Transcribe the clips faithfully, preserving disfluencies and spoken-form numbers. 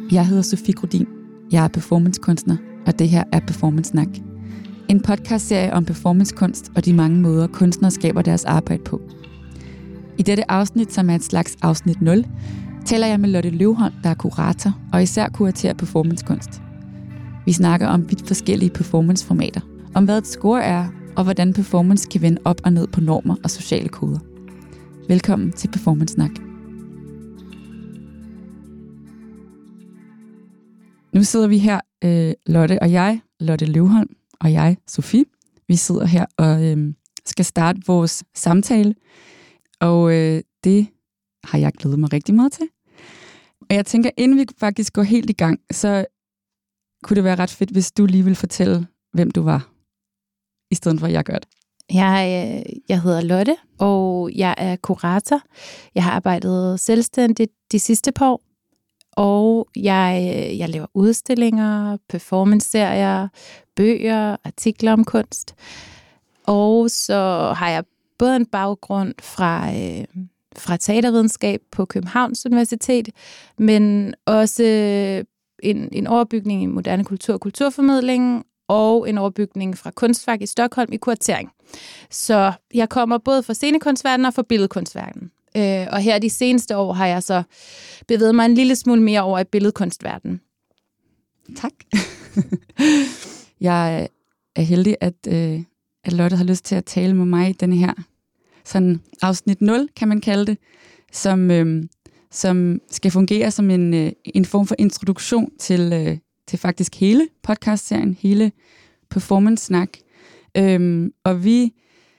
Jeg hedder Sofie Grodin. Jeg er performancekunstner, og det her er Performance Snak. En podcastserie om performancekunst og de mange måder, kunstnere skaber deres arbejde på. I dette afsnit, som er et slags afsnit nul, taler jeg med Lotte Løvholm, der er kurator og især kuraterer performancekunst. Vi snakker om vidt forskellige performanceformater, om hvad et score er, og hvordan performance kan vende op og ned på normer og sociale koder. Velkommen til Performance Snak. Nu sidder vi her, øh, Lotte og jeg, Lotte Løvholm og jeg, Sofie. Vi sidder her og øh, skal starte vores samtale, og øh, det har jeg glædet mig rigtig meget til. Og jeg tænker, inden vi faktisk går helt i gang, så kunne det være ret fedt, hvis du lige vil fortælle, hvem du var, i stedet for at jeg gør det. Jeg, jeg hedder Lotte, og jeg er kurator. Jeg har arbejdet selvstændigt de sidste par år, og jeg, jeg laver udstillinger, performance-serier, bøger, artikler om kunst. Og så har jeg både en baggrund fra, øh, fra teatervidenskab på Københavns Universitet, men også en, en overbygning i moderne kultur og kulturformidling, og en overbygning fra Kunstfag i Stockholm i kuratering. Så jeg kommer både fra scenekunstverdenen og fra billedkunstverdenen. Øh, og her de seneste år har jeg så bevæget mig en lille smule mere over i billedkunstverdenen. Tak. Jeg er heldig, at, øh, at Lotte har lyst til at tale med mig i denne her sådan afsnit nul, kan man kalde det, som, øh, som skal fungere som en, øh, en form for introduktion til, øh, til faktisk hele podcastserien, hele Performance Snak. Øhm, og vi,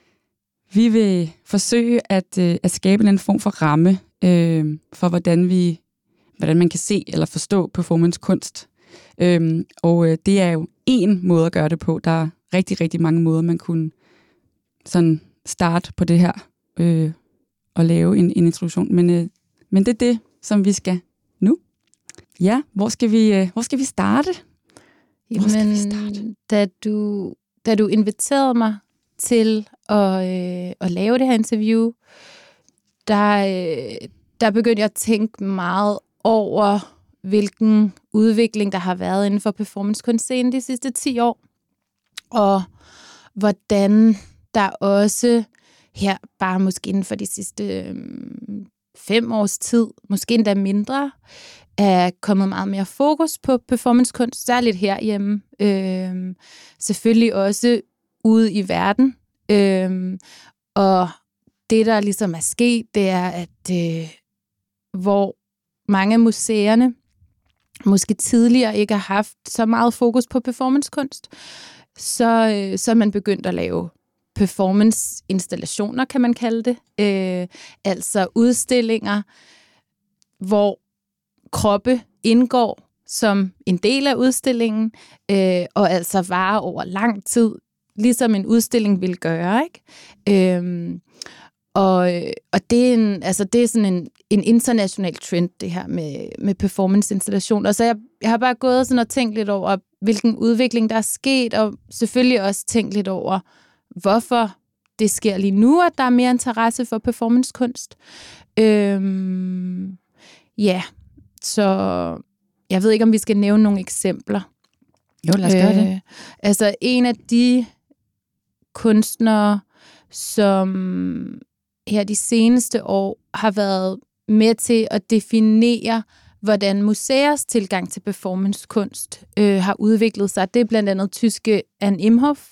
vi vil forsøge at, øh, at skabe en form for ramme øh, for, hvordan, vi, hvordan man kan se eller forstå performancekunst. Øhm, og øh, det er jo én måde at gøre det på. Der er rigtig, rigtig mange måder, man kunne sådan starte på det her øh, og lave en, en introduktion. Men, øh, men det er det, som vi skal nu. Ja, hvor skal vi, øh, hvor skal vi starte? Hvor skal Jamen, vi starte? Da du, da du inviterede mig til at, øh, at lave det her interview, der, øh, der begyndte jeg at tænke meget over, hvilken udvikling der har været inden for performancekunstscenen de sidste ti år. Og hvordan der også her, bare måske inden for de sidste øh, fem års tid, måske endda mindre, er kommet meget mere fokus på performancekunst, særligt herhjemme. Øh, selvfølgelig også ude i verden. Øh, og det, der ligesom er sket, det er, at øh, hvor mange af museerne måske tidligere ikke har haft så meget fokus på performancekunst, så, øh, så er man begyndt at lave performance-installationer, kan man kalde det. Øh, altså udstillinger, hvor kroppe indgår som en del af udstillingen, øh, og altså varer over lang tid, ligesom en udstilling vil gøre, ikke? Øh, og, og det er, en, altså det er sådan en, en international trend, det her med, med performance-installationer. Så jeg, jeg har bare gået sådan og tænkt lidt over, hvilken udvikling der er sket, og selvfølgelig også tænkt lidt over, hvorfor det sker lige nu, at der er mere interesse for performancekunst. Øhm, ja, så jeg ved ikke, om vi skal nævne nogle eksempler. Jo, lad os gøre det. Øh, altså, en af de kunstnere, som her de seneste år har været med til at definere, hvordan museers tilgang til performancekunst øh, har udviklet sig, det er blandt andet tyske Anne Imhoff,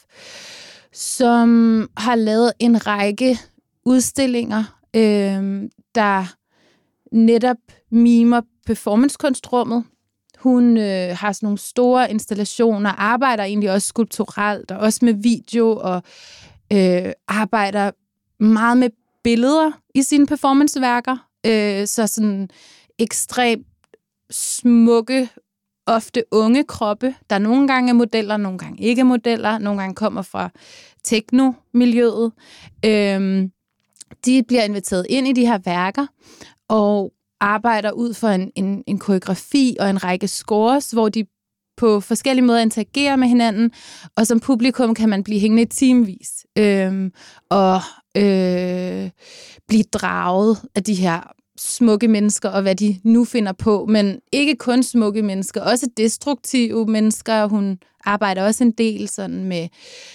som har lavet en række udstillinger, øh, der netop mimer performancekunstrummet. Hun øh, har sådan nogle store installationer, arbejder egentlig også skulpturelt, og også med video, og øh, arbejder meget med billeder i sine performanceværker. Øh, så sådan ekstremt smukke, ofte unge kroppe, der nogle gange er modeller, nogle gange ikke er modeller, nogle gange kommer fra techno-miljøet. Øhm, de bliver inviteret ind i de her værker, og arbejder ud for en, en, en koreografi og en række scores, hvor de på forskellige måder interagerer med hinanden, og som publikum kan man blive hængende i timevis, øhm, og øh, blive draget af de her smukke mennesker, og hvad de nu finder på, men ikke kun smukke mennesker, også destruktive mennesker. Hun arbejder også en del sådan med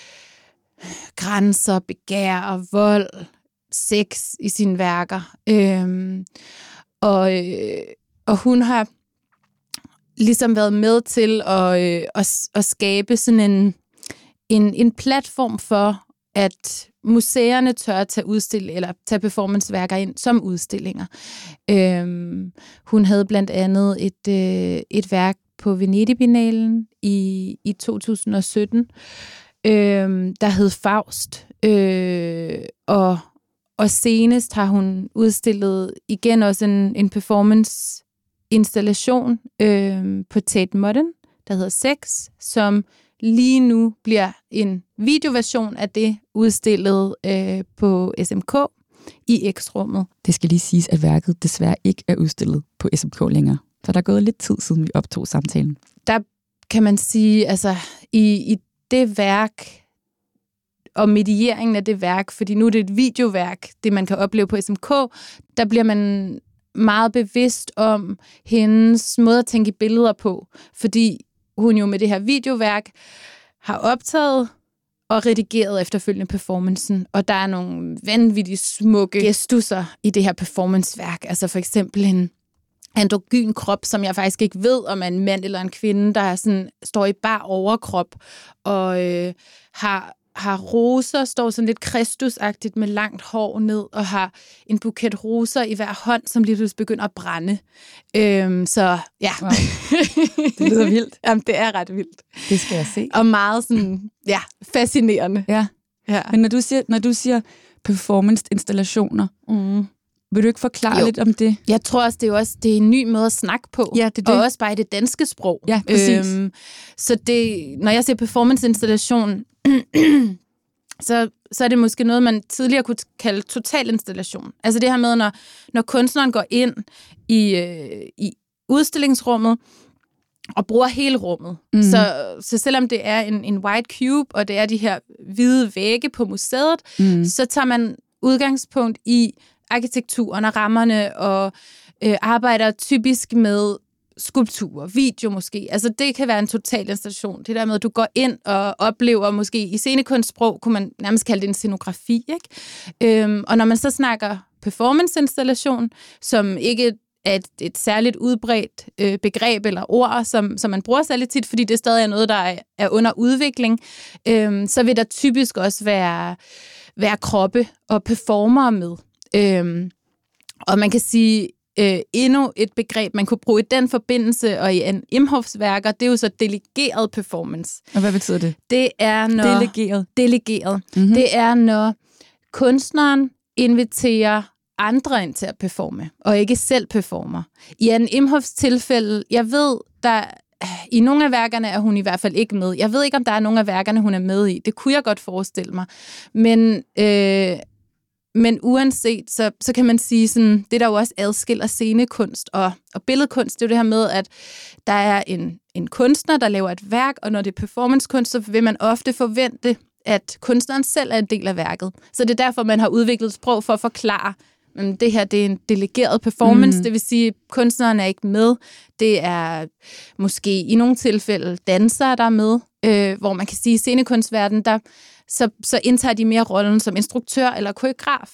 grænser, begær og vold, sex i sine værker. Øhm, og, øh, og hun har ligesom været med til at, øh, at, at skabe sådan en, en, en platform for, at museerne tør at tage udstil eller tage performanceværker ind som udstillinger. Øhm, hun havde blandt andet et, øh, et værk på Venedig-biennalen i, i to tusind og sytten, øh, der hed Faust. Øh, og, og senest har hun udstillet igen også en, en performance-installation øh, på Tate Modern, der hedder Sex, som lige nu bliver en videoversion af det udstillet øh, på S M K i X-rummet. Det skal lige siges, at værket desværre ikke er udstillet på S M K længere. Så der er gået lidt tid, siden vi optog samtalen. Der kan man sige, altså i, i det værk, og medieringen af det værk, fordi nu er det et videoværk, det man kan opleve på S M K, der bliver man meget bevidst om hendes måde at tænke billeder på, fordi hun jo med det her videoværk har optaget og redigeret efterfølgende performancen, og der er nogle vanvittigt smukke gestusser i det her performanceværk, altså for eksempel en androgyn krop, som jeg faktisk ikke ved, om er en mand eller en kvinde, der sådan, står i bar overkrop og øh, har, har roser, står sådan lidt kristusagtigt med langt hår ned, og har en buket roser i hver hånd, som lige pludselig begynder at brænde. Øhm, så ja. Wow. Det lyder vildt. Jamen, det er ret vildt. Det skal jeg se. Og meget sådan, ja, fascinerende. Ja. Ja. Men når du siger, når du siger performance-installationer, mm. vil du ikke forklare jo. lidt om det? Jeg tror også, det er også det er en ny måde at snakke på. Ja, det er det. Og også bare i det danske sprog. Ja, præcis. Øhm, så det, når jeg siger performance-installation, så, så er det måske noget, man tidligere kunne kalde total installation. Altså det her med, når, når kunstneren går ind i, øh, i udstillingsrummet og bruger hele rummet. Mm. Så, så selvom det er en, en white cube, og det er de her hvide vægge på museet, mm. så tager man udgangspunkt i arkitekturen og rammerne, og øh, arbejder typisk med skulpturer, video måske. Altså det kan være en total installation. Det der med, at du går ind og oplever, måske i scenekunstsprog, kunne man nærmest kalde det en scenografi, ikke? Øhm, og når man så snakker performance-installation, som ikke er et, et særligt udbredt øh, begreb eller ord, som, som man bruger særligt tit, fordi det stadig er noget, der er, er under udvikling, øhm, så vil der typisk også være, være kroppe og performere med. Øhm, og man kan sige, øh, endnu et begreb, man kunne bruge i den forbindelse, og i en Imhoffs værker, det er jo så delegeret performance. Og hvad betyder det? Det er når... Delegeret? Delegeret. Mm-hmm. Det er, når kunstneren inviterer andre ind til at performe, og ikke selv performer. I en Imhoffs tilfælde, jeg ved, der i nogle af værkerne er hun i hvert fald ikke med. Jeg ved ikke, om der er nogle af værkerne, hun er med i. Det kunne jeg godt forestille mig. Men... Øh, Men uanset, så, så kan man sige, sådan, det der jo også adskiller scenekunst og, og billedkunst, det er jo det her med, at der er en, en kunstner, der laver et værk, og når det er performancekunst, så vil man ofte forvente, at kunstneren selv er en del af værket. Så det er derfor, man har udviklet et sprog for at forklare, at det her det er en delegeret performance, mm. det vil sige, at kunstneren er ikke med. Det er måske i nogle tilfælde dansere, der er med, øh, hvor man kan sige, at i scenekunstverdenen, der Så, så indtager de mere rollen som instruktør eller koreograf.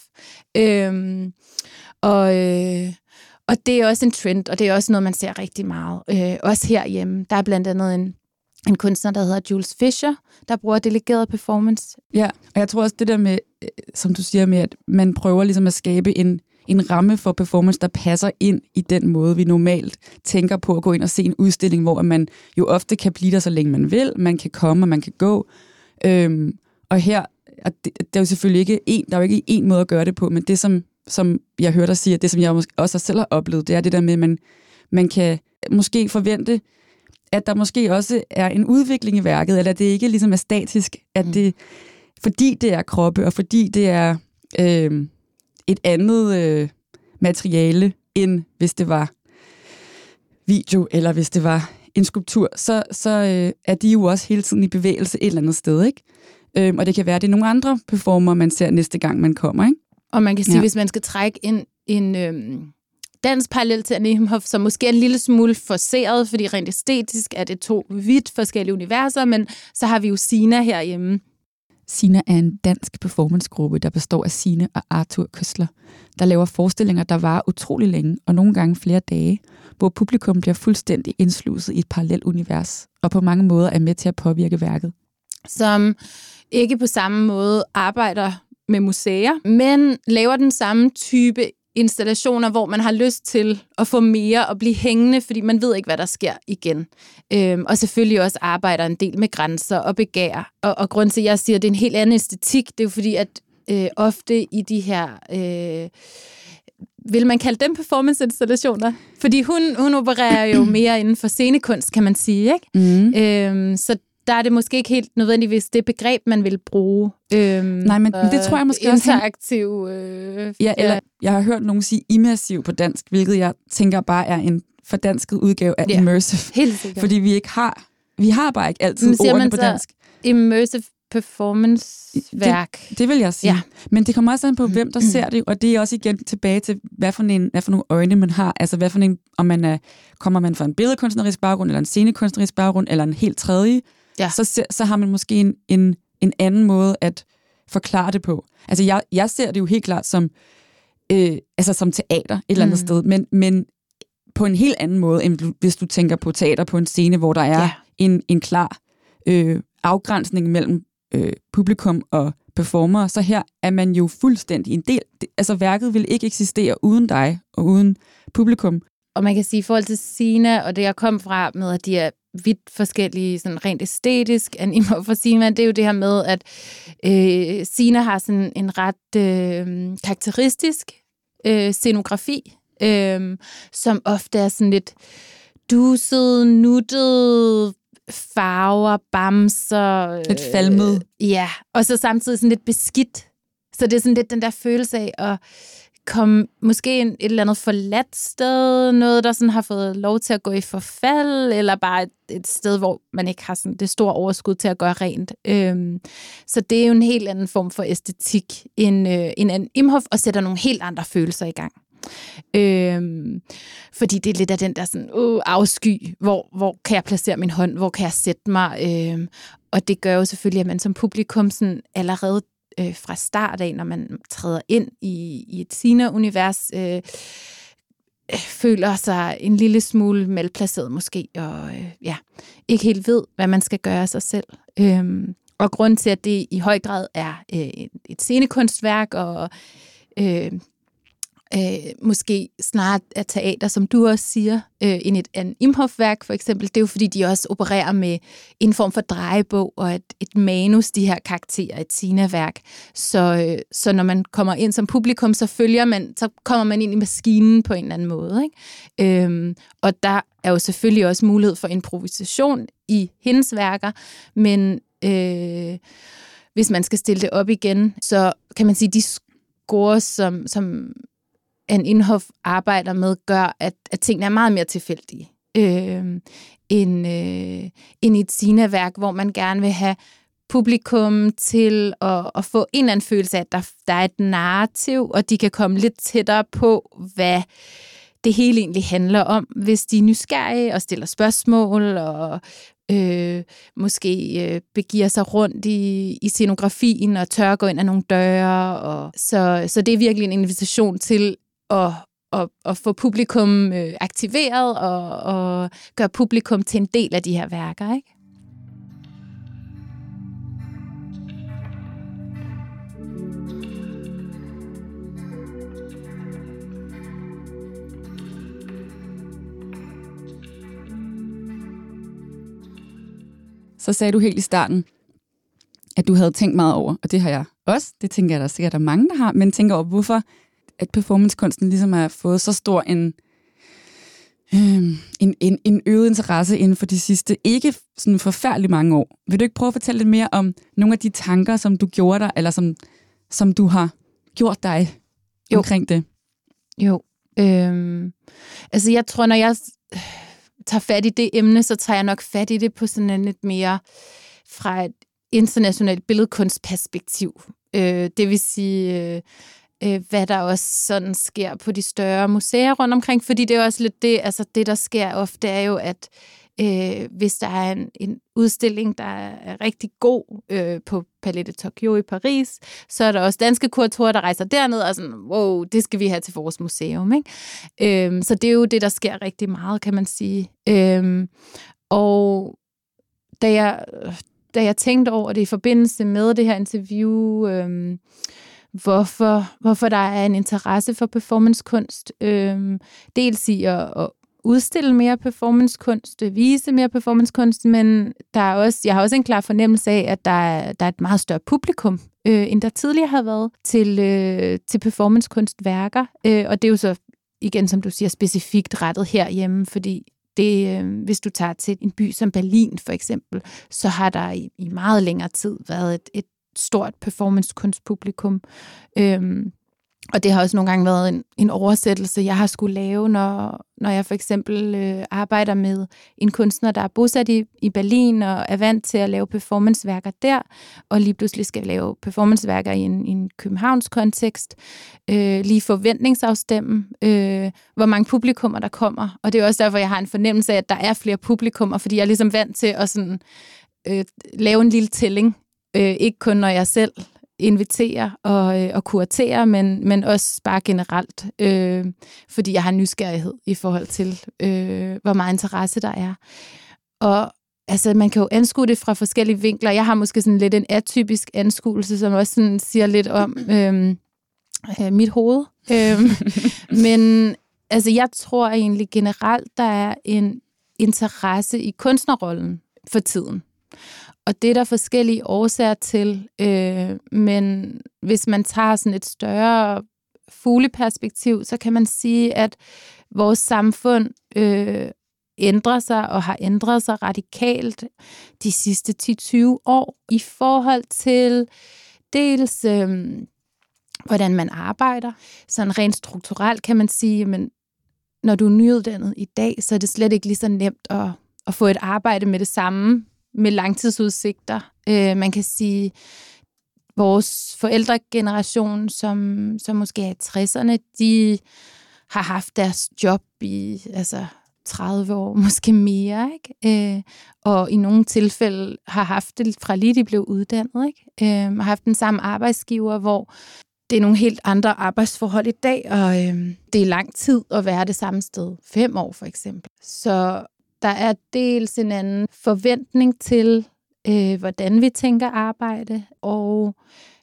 Øhm, og, øh, og det er også en trend, og det er også noget, man ser rigtig meget. Øh, også herhjemme. Der er blandt andet en, en kunstner, der hedder Jules Fischer, der bruger delegeret performance. Ja, og jeg tror også det der med, som du siger med, at man prøver ligesom at skabe en, en ramme for performance, der passer ind i den måde, vi normalt tænker på at gå ind og se en udstilling, hvor man jo ofte kan blive der, så længe man vil. Man kan komme, og man kan gå. Øhm, Og her, og det, det er jo selvfølgelig ikke en, der er jo ikke en måde at gøre det på, men det, som, som jeg hørte dig sige, det som jeg også selv har oplevet, det er det der med, at man, man kan måske forvente, at der måske også er en udvikling i værket, eller at det ikke ligesom er statisk, at det, fordi det er kroppe, og fordi det er øh, et andet øh, materiale, end hvis det var video, eller hvis det var en skulptur, så, så øh, er de jo også hele tiden i bevægelse et eller andet sted, ikke? Øhm, og det kan være, at det er nogle andre performer, man ser næste gang, man kommer, ikke? Og man kan sige, ja. Hvis man skal trække en, en, øhm, dansk parallel til Anne Imhoff, som måske er en lille smule forceret, fordi rent æstetisk er det to vidt forskellige universer, men så har vi jo Sina herhjemme. Sina er en dansk performancegruppe, der består af Signe og Arthur Køsler, der laver forestillinger, der varer utrolig længe, og nogle gange flere dage, hvor publikum bliver fuldstændig indsluset i et parallelt univers, og på mange måder er med til at påvirke værket. Som ikke på samme måde arbejder med museer, men laver den samme type installationer, hvor man har lyst til at få mere og blive hængende, fordi man ved ikke, hvad der sker igen. Øhm, og selvfølgelig også arbejder en del med grænser og begær. Og, og grund til, at jeg siger, at det er en helt anden æstetik, det er jo fordi, at øh, ofte i de her... Øh, vil man kalde dem performance-installationer? Fordi hun, hun opererer jo mere inden for scenekunst, kan man sige, ikke? Mm. Øhm, så der er det måske ikke helt nødvendigvis det begreb, man vil bruge. Øhm, Nej, men det tror jeg måske også... Interaktiv... Øh, ja, eller ja. Jeg har hørt nogen sige immersiv på dansk, hvilket jeg tænker bare er en fordansket udgave af ja, immersive. Helt sikkert. Fordi vi ikke har... Vi har bare ikke altid ordene på dansk. Immersive performance-værk. Det, det vil jeg sige. Ja. Men det kommer også an på, hvem der ser det, og det er også igen tilbage til, hvad for, en, hvad for nogle øjne man har. Altså, hvad for en, om man er, kommer man fra en billedkunstnerisk baggrund, eller en scenekunstnerisk baggrund, eller en helt tredje, ja. så, så har man måske en, en, en anden måde at forklare det på. Altså, jeg, jeg ser det jo helt klart som, øh, altså, som teater et eller andet mm. sted, men, men på en helt anden måde, end hvis du tænker på teater på en scene, hvor der er ja. en, en klar øh, afgrænsning mellem øh, publikum og performer. Så her er man jo fuldstændig en del. Altså, værket vil ikke eksistere uden dig og uden publikum. Og man kan sige, i forhold til Sina, og det jeg kom fra med, at de er vidt forskellige, sådan rent æstetisk, Anne Imhoff for Sina, det er jo det her med, at øh, Sina har sådan en ret øh, karakteristisk øh, scenografi, øh, som ofte er sådan lidt duset, nuttet, farver, bamser. Lidt falmet. Øh, ja, og så samtidig sådan lidt beskidt. Så det er sådan lidt den der følelse af at komme måske et eller andet forladt sted, noget, der sådan har fået lov til at gå i forfald, eller bare et, et sted, hvor man ikke har sådan det store overskud til at gøre rent. Øhm, så det er jo en helt anden form for æstetik end, øh, end Anne Imhoff, og sætter nogle helt andre følelser i gang. Øhm, fordi det er lidt af den der sådan, uh, afsky, hvor, hvor kan jeg placere min hånd, hvor kan jeg sætte mig, øhm, og det gør jo selvfølgelig, at man som publikum sådan allerede øh, fra start af, når man træder ind i, i et Sina-univers, øh, føler sig en lille smule malplaceret måske, og øh, ja, ikke helt ved, hvad man skal gøre af sig selv. Øhm, og grund til, at det i høj grad er øh, et, et scenekunstværk, og øh, Øh, måske snart er teater, som du også siger, øh, end et Anne Imhoff-værk for eksempel. Det er jo fordi, de også opererer med en form for drejebog og et, et manus, de her karakterer, et Sina-værk. Så, øh, så når man kommer ind som publikum, så følger man, så kommer man ind i maskinen på en eller anden måde, ikke? Øh, og der er jo selvfølgelig også mulighed for improvisation i hendes værker, men øh, hvis man skal stille det op igen, så kan man sige, de score, som, som Anne Imhoff arbejder med, gør, at, at tingene er meget mere tilfældige øh, end, øh, end i et Sina-værk, hvor man gerne vil have publikum til at, at få en eller anden følelse af, at der, der er et narrativ, og de kan komme lidt tættere på, hvad det hele egentlig handler om, hvis de er nysgerrige og stiller spørgsmål, og øh, måske øh, begiver sig rundt i, i scenografien og tør gå ind ad nogle døre. Og, så, så det er virkelig en invitation til at, at, at få publikum øh, aktiveret og, og gøre publikum til en del af de her værker, ikke? Så sagde du helt i starten, at du havde tænkt meget over, og det har jeg også, det tænker jeg, der sikkert er mange, der har, men tænker over, hvorfor at performancekunsten ligesom har fået så stor en, øh, en, en, en øget interesse inden for de sidste, ikke sådan forfærdeligt mange år. Vil du ikke prøve at fortælle lidt mere om nogle af de tanker, som du gjorde dig, eller som, som du har gjort dig jo. omkring det? Jo, øhm, altså jeg tror, når jeg tager fat i det emne, så tager jeg nok fat i det på sådan en lidt mere fra et internationalt billedkunstperspektiv. Øh, det vil sige, øh, øh, hvad der også sådan sker på de større museer rundt omkring, fordi det er også lidt det, altså det, der sker ofte, er jo, at øh, hvis der er en, en udstilling, der er rigtig god øh, på Palais de Tokyo i Paris, så er der også danske kuratorer, der rejser derned og sådan, wow, det skal vi have til vores museum, ikke? Øh, så det er jo det, der sker rigtig meget, kan man sige. Øh, og da jeg, da jeg tænkte over det i forbindelse med det her interview, øh, hvorfor, hvorfor der er en interesse for performancekunst, øh, dels i at, at udstille mere performancekunst, vise mere performancekunst, men der er også, jeg har også en klar fornemmelse af, at der er, der er et meget større publikum, øh, end der tidligere har været til, øh, til performancekunstværker. Øh, og det er jo så, igen som du siger, specifikt rettet herhjemme, fordi det, øh, hvis du tager til en by som Berlin for eksempel, så har der i, i meget længere tid været et, et stort performancekunstpublikum. Øh, Og det har også nogle gange været en, en oversættelse, jeg har skulle lave, når, når jeg for eksempel øh, arbejder med en kunstner, der er bosat i, i Berlin og er vant til at lave performanceværker der, og lige pludselig skal lave performanceværker i en, i en Københavns kontekst. Øh, lige forventningsafstemme, øh, hvor mange publikummer der kommer. Og det er også derfor, jeg har en fornemmelse af, at der er flere publikummer, fordi jeg er ligesom vant til at sådan, øh, lave en lille tælling. Øh, ikke kun når jeg selv invitere og, øh, og kuratere, men, men også bare generelt, øh, fordi jeg har nysgerrighed i forhold til, øh, hvor meget interesse der er. Og altså, man kan jo anskue det fra forskellige vinkler. Jeg har måske sådan lidt en atypisk anskuelse, som også sådan siger lidt om øh, øh, mit hoved. øh, men altså, jeg tror egentlig generelt, der er en interesse i kunstnerrollen for tiden. Og det er der forskellige årsager til, øh, men hvis man tager sådan et større fugleperspektiv, så kan man sige, at vores samfund øh, ændrer sig og har ændret sig radikalt de sidste ti til tyve år i forhold til dels, øh, hvordan man arbejder. Sådan rent strukturelt kan man sige, men når du er nyuddannet i dag, så er det slet ikke lige så nemt at, at få et arbejde med det samme, med langtidsudsigter. Øh, man kan sige, vores forældregeneration, som, som måske er i tresserne, de har haft deres job i altså tredive år, måske mere, ikke? Øh, og i nogle tilfælde har haft det fra lige de blev uddannet, ikke? Øh, har haft den samme arbejdsgiver, hvor det er nogle helt andre arbejdsforhold i dag, og øh, det er lang tid at være det samme sted. Fem år for eksempel. Så der er dels en anden forventning til, øh, hvordan vi tænker arbejde, og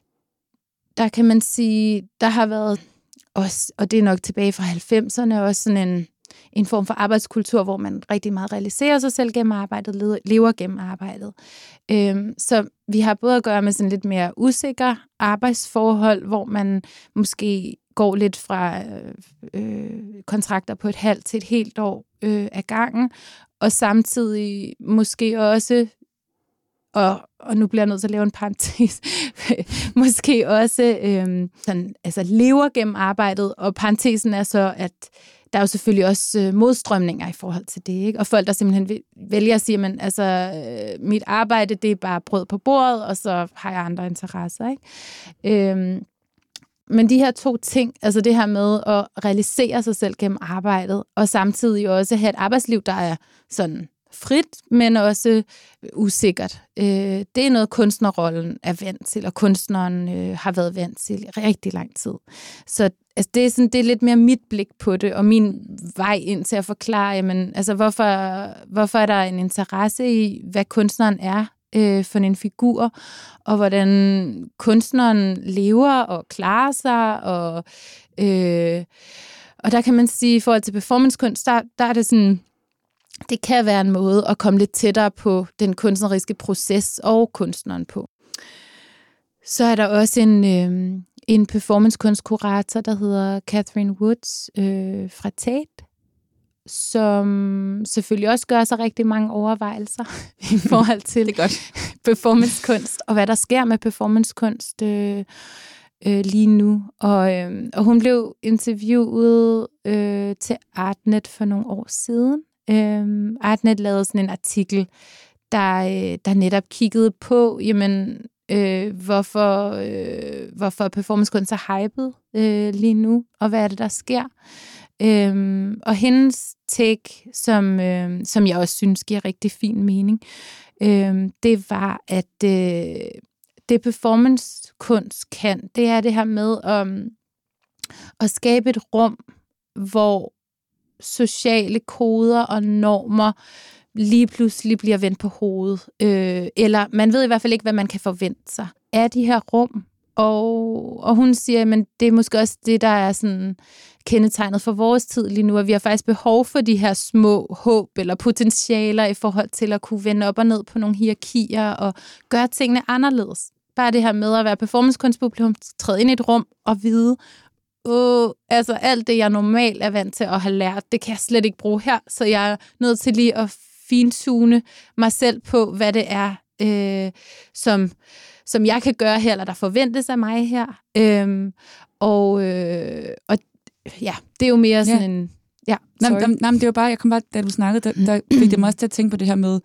der kan man sige, der har været også, og det er nok tilbage fra halvfemserne, også sådan en, en form for arbejdskultur, hvor man rigtig meget realiserer sig selv gennem arbejdet, lever gennem arbejdet. Øhm, så vi har både at gøre med sådan lidt mere usikre arbejdsforhold, hvor man måske går lidt fra øh, kontrakter på et halvt til et helt år øh, af gangen, og samtidig måske også, og, og nu bliver jeg nødt til at lave en parentes, måske også øh, sådan, altså lever gennem arbejdet, og parentesen er så, at der er jo selvfølgelig også øh, modstrømninger i forhold til det, ikke? Og folk, der simpelthen vælger at sige, men altså, øh, mit arbejde, det er bare brød på bordet, og så har jeg andre interesser, ikke? Øh, Men de her to ting, altså det her med at realisere sig selv gennem arbejdet, og samtidig også have et arbejdsliv, der er sådan frit, men også usikkert. Det er noget, kunstnerrollen er vant til, og kunstneren har været vant til i rigtig lang tid. Så altså, det, er sådan, det er lidt mere mit blik på det, og min vej ind til at forklare, jamen, altså, hvorfor, hvorfor er der en interesse i, hvad kunstneren er, Øh, for en figur, og hvordan kunstneren lever og klarer sig, og, øh, og der kan man sige, i forhold til performancekunst, der, der er det sådan, det kan være en måde at komme lidt tættere på den kunstneriske proces og kunstneren på. Så er der også en, øh, en performancekunstkurator, der hedder Catherine Woods øh, fra Tate, som selvfølgelig også gør sig rigtig mange overvejelser i forhold til det godt. performancekunst, og hvad der sker med performancekunst øh, øh, lige nu. Og, øh, og hun blev interviewet øh, til Artnet for nogle år siden. Øh, Artnet lavede sådan en artikel, der, øh, der netop kiggede på, jamen, øh, hvorfor, øh, hvorfor performancekunst er hypet øh, lige nu, og hvad er det, der sker. Øhm, og hendes take, som, øh, som jeg også synes giver rigtig fin mening, øh, det var, at øh, det performancekunst kan, det er det her med um, at skabe et rum, hvor sociale koder og normer lige pludselig bliver vendt på hovedet. Øh, eller man ved i hvert fald ikke, hvad man kan forvente sig af de her rum. Og, og hun siger, at det er måske også det, der er sådan kendetegnet for vores tid lige nu, at vi har faktisk behov for de her små håb eller potentialer i forhold til at kunne vende op og ned på nogle hierarkier og gøre tingene anderledes. Bare det her med at være performancekunstpublikum, træde ind i et rum og vide, åh, altså alt det, jeg normalt er vant til at have lært, det kan jeg slet ikke bruge her, så jeg er nødt til lige at fintune mig selv på, hvad det er, øh, som, som jeg kan gøre her, eller der forventes af mig her. Øhm, og, øh, og ja, det er jo mere sådan ja. en... Ja, nej, nej, nej, det var bare, jeg kom bare, da du snakkede, der, der fik det mig også til at tænke på det her med,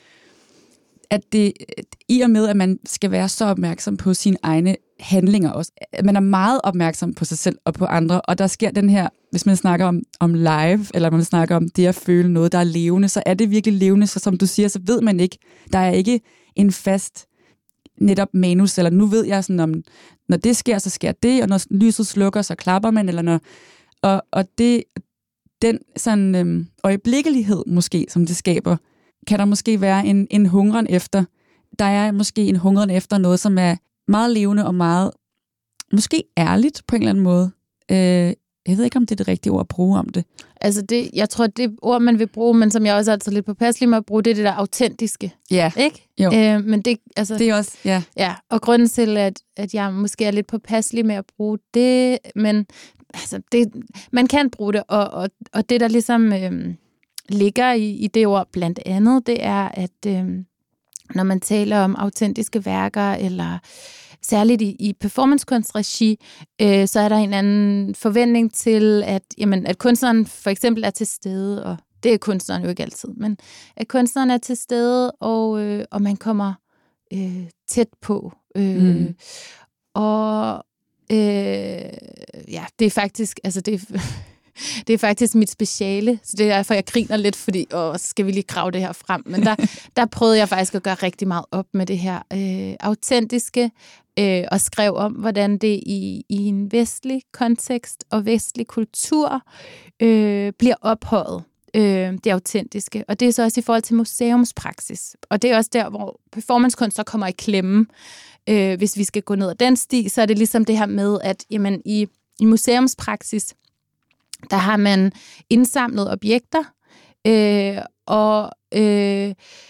at det, i og med, at man skal være så opmærksom på sine egne handlinger også, at man er meget opmærksom på sig selv og på andre, og der sker den her, hvis man snakker om, om live, eller man snakker om det at føle noget, der er levende, så er det virkelig levende, så som du siger, så ved man ikke, der er ikke en fast netop manus, eller nu ved jeg sådan, om når det sker, så sker det, og når lyset slukker, så klapper man, eller når, og, og det, den sådan øhm, øjeblikkelighed måske, som det skaber, kan der måske være en, en hungren efter. Der er måske en hungren efter noget, som er meget levende og meget, måske ærligt på en eller anden måde. Øh, jeg ved ikke, om det er det rigtige ord at bruge om det. Altså, det, jeg tror, det ord, man vil bruge, men som jeg også er altid lidt påpasselig med at bruge, det er det der autentiske. Ja, ikke? Jo. Øh, men det, altså, det er også, ja. Ja, og grunden til, at, at jeg måske er lidt påpasselig med at bruge det, men altså, det, man kan bruge det, og, og, og det, der ligesom øh, ligger i, i det ord blandt andet, det er, at øh, når man taler om autentiske værker, eller særligt i, i performancekunstregi, øh, så er der en anden forventning til, at, jamen, at kunstneren for eksempel er til stede, og det er kunstneren jo ikke altid, men at kunstneren er til stede, og, øh, og man kommer øh, tæt på. Øh, mm. Og øh, ja, det er faktisk, altså det er, det er faktisk mit speciale, så det er derfor, jeg griner lidt, fordi, åh, skal vi lige grave det her frem. Men der, der prøvede jeg faktisk at gøre rigtig meget op med det her øh, autentiske, øh, og skrev om, hvordan det i, i en vestlig kontekst og vestlig kultur øh, bliver ophøjet, øh, det autentiske. Og det er så også i forhold til museumspraksis. Og det er også der, hvor performancekunst så kommer i klemme. Øh, hvis vi skal gå ned ad den sti, så er det ligesom det her med, at jamen, i, i museumspraksis, der har man indsamlet objekter, øh, og øh,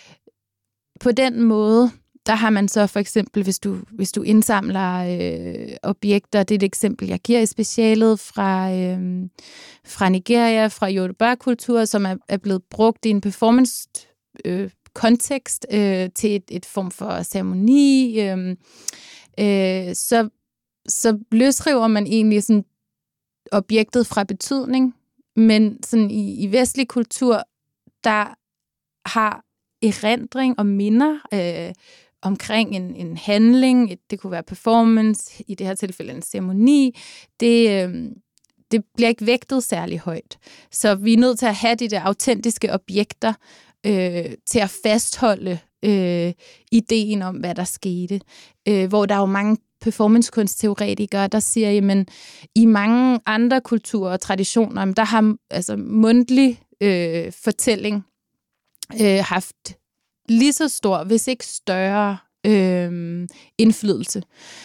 på den måde, der har man så for eksempel, hvis du, hvis du indsamler øh, objekter, det er et eksempel, jeg giver i specialet fra, øh, fra Nigeria, fra Yoruba-kultur, som er, er blevet brugt i en performance-kontekst øh, øh, til et, et form for ceremoni, øh, øh, så, så løsriver man egentlig sådan objektet fra betydning, men sådan i, i vestlig kultur, der har erindring og minder øh, omkring en, en handling, et, det kunne være performance, i det her tilfælde en ceremoni, det, øh, det bliver ikke vægtet særlig højt. Så vi er nødt til at have de der autentiske objekter øh, til at fastholde øh, ideen om, hvad der skete. Øh, hvor der er jo mange performancekunstteoretikere, der siger, jamen, i mange andre kulturer og traditioner, der har altså mundtlig øh, fortælling øh, haft lige så stor, hvis ikke større øh, indflydelse.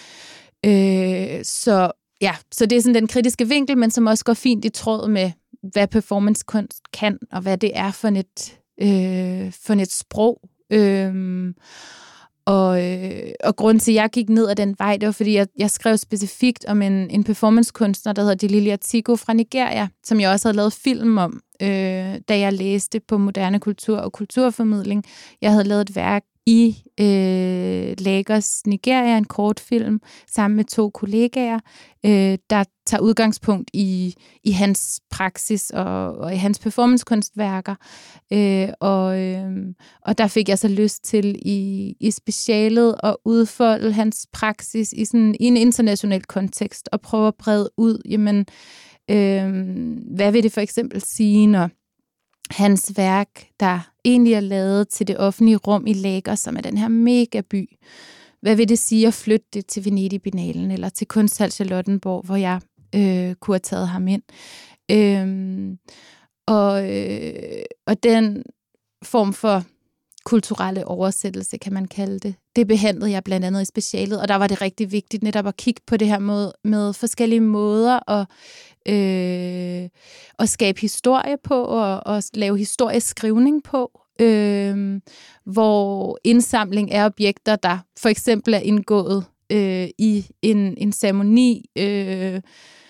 Øh, så ja, så det er sådan den kritiske vinkel, men som også går fint i tråd med, hvad performancekunst kan, og hvad det er for et, øh, for et sprog. Øh, Og, øh, og grunden til, at jeg gik ned ad den vej, det var, fordi jeg, jeg skrev specifikt om en, en performancekunstner, der hedder Delili Atiku fra Nigeria, som jeg også havde lavet film om, øh, da jeg læste på moderne kultur og kulturformidling. Jeg havde lavet et værk, i øh, Lagos, Nigeria, en kortfilm, sammen med to kollegaer, øh, der tager udgangspunkt i, i hans praksis og, og i hans performancekunstværker. Øh, og, øh, og der fik jeg så lyst til i, i specialet at udfolde hans praksis i, sådan, i en international kontekst og prøve at brede ud, jamen, øh, hvad vil det for eksempel sige, når hans værk, der egentlig er lavet til det offentlige rum i Lagos, som er den her megaby. Hvad vil det sige at flytte det til Venedig-Biennalen eller til Kunsthal Charlottenborg, hvor jeg øh, kunne have taget ham ind? Øhm, og, øh, og den form for kulturelle oversættelse, kan man kalde det, det behandlede jeg blandt andet i specialet, og der var det rigtig vigtigt netop at kigge på det her med, med forskellige måder at, øh, at skabe historie på og, og lave historieskrivning på, øh, hvor indsamling af objekter, der for eksempel er indgået øh, i en, en ceremoni, øh,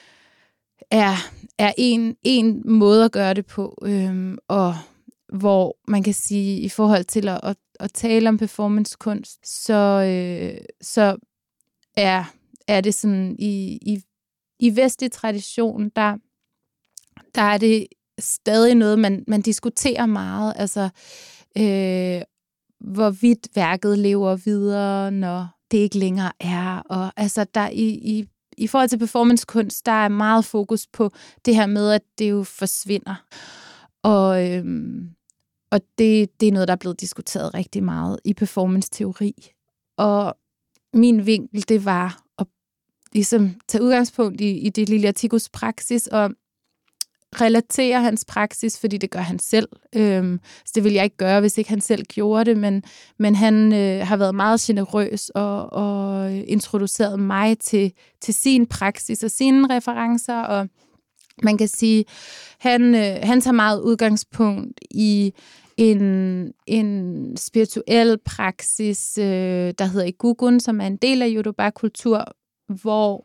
er, er en, en måde at gøre det på, øh, og hvor man kan sige, i forhold til at, at, at tale om performancekunst, så, øh, så er, er det sådan, i, i, i vestlig tradition, der, der er det stadig noget, man, man diskuterer meget, altså øh, hvorvidt værket lever videre, når det ikke længere er, og altså der i, i, i forhold til performancekunst, der er meget fokus på det her med, at det jo forsvinder. Og, øhm, og det, det er noget, der er blevet diskuteret rigtig meget i performance-teori. Og min vinkel, det var at ligesom tage udgangspunkt i, i det Liliatikos praksis og relatere hans praksis, fordi det gør han selv. Øhm, så det ville jeg ikke gøre, hvis ikke han selv gjorde det, men, men han øh, har været meget generøs og, og introduceret mig til, til sin praksis og sine referencer, og man kan sige, han, øh, han tager meget udgangspunkt i en, en spirituel praksis, øh, der hedder Igugun, som er en del af Yoruba-kultur, hvor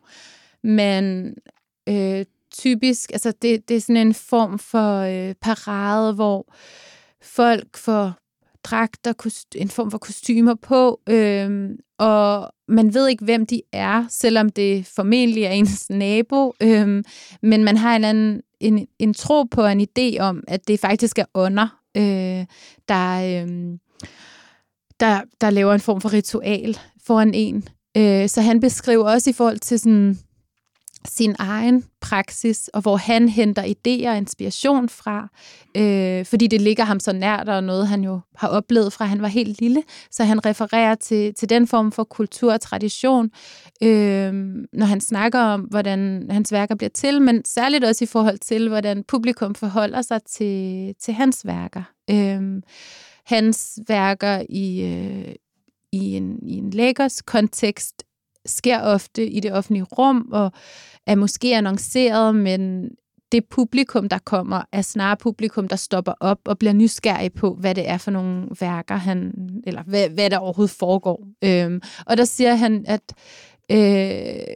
man øh, typisk, altså det, det er sådan en form for øh, parade, hvor folk får dragter, kost, en form for kostymer på, øh, og man ved ikke, hvem de er, selvom det formentlig er ens nabo, øh, men man har en, anden, en, en tro på, en idé om, at det faktisk er ånder, øh, der, øh, der, der laver en form for ritual foran en. Øh, så han beskriver også i forhold til sådan sin egen praksis, og hvor han henter idéer og inspiration fra, øh, fordi det ligger ham så nært, og noget, han jo har oplevet fra, han var helt lille, så han refererer til, til den form for kultur og tradition, øh, når han snakker om, hvordan hans værker bliver til, men særligt også i forhold til, hvordan publikum forholder sig til, til hans værker. Øh, hans værker i, øh, i en, i en Lagos-kontekst sker ofte i det offentlige rum, og er måske annonceret, men det publikum, der kommer, er snarere publikum, der stopper op og bliver nysgerrig på, hvad det er for nogle værker, han, eller hvad, hvad der overhovedet foregår. Øhm, og der siger han, at, øh,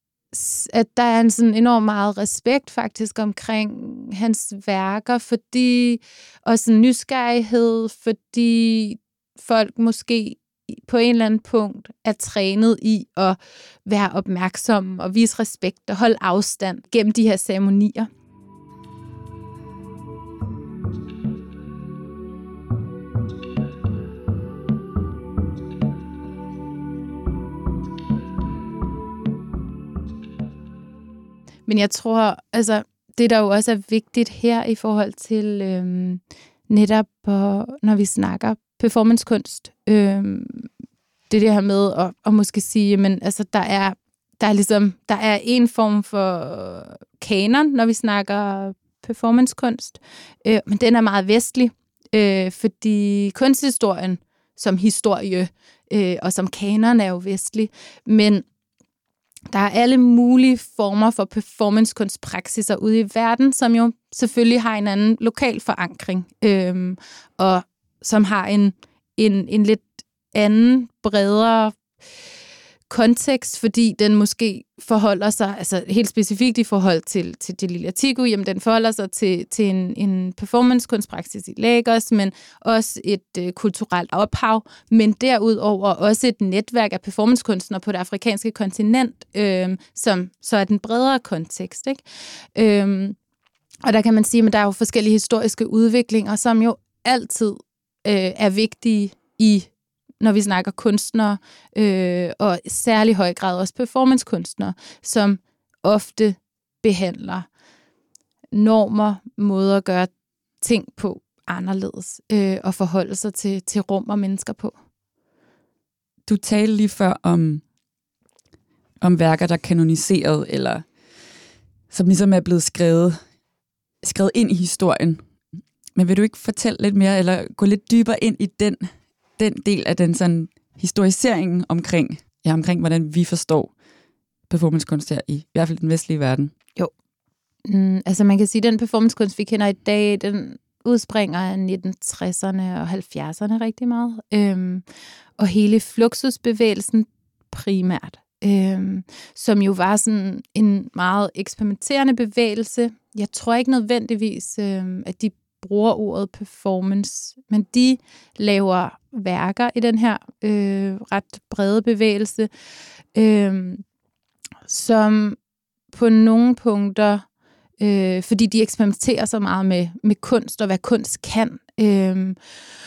at der er en sådan enorm meget respekt faktisk omkring hans værker, fordi også en nysgerrighed, fordi folk måske på en eller anden punkt er trænet i at være opmærksom og vise respekt og holde afstand gennem de her ceremonier. Men jeg tror, altså, det der jo også er vigtigt her i forhold til øhm, netop, når vi snakker performancekunst, øhm, det det her med at, at måske sige, men altså der er der er ligesom der er en form for kanon, når vi snakker performancekunst, øh, men den er meget vestlig, øh, fordi kunsthistorien som historie øh, og som kanon er jo vestlig, men der er alle mulige former for performancekunstpraksiser ude i verden, som jo selvfølgelig har en anden lokal forankring, øh, og som har en, en, en lidt anden, bredere kontekst, fordi den måske forholder sig, altså helt specifikt i forhold til, til Jalila Tiku, jamen den forholder sig til, til en, en performancekunstpraksis i Lagos, men også et øh, kulturelt ophav, men derudover også et netværk af performancekunstnere på det afrikanske kontinent, øh, som så er den bredere kontekst, ikke? Øh, og der kan man sige, at der er jo forskellige historiske udviklinger, som jo altid øh, er vigtige i når vi snakker kunstnere, øh, og særlig høj grad også performancekunstnere, som ofte behandler normer, måder at gøre ting på anderledes, øh, og forholde sig til, til rum og mennesker på. Du talte lige før om, om værker, der er kanoniseret, eller som ligesom er blevet skrevet, skrevet ind i historien. Men vil du ikke fortælle lidt mere, eller gå lidt dybere ind i den den del af den sådan historiseringen omkring, ja, omkring hvordan vi forstår performancekunst her i, i hvert fald den vestlige verden? Jo. Mm, altså man kan sige, at den performancekunst, vi kender i dag, den udspringer af nitten tresserne og halvfjerdserne rigtig meget. Øhm, og hele Fluxusbevægelsen primært, øhm, som jo var sådan en meget eksperimenterende bevægelse. Jeg tror ikke nødvendigvis, øhm, at de bruger ordet performance, men de laver værker i den her øh, ret brede bevægelse, øh, som på nogle punkter, øh, fordi de eksperimenterer så meget med, med kunst og hvad kunst kan, øh,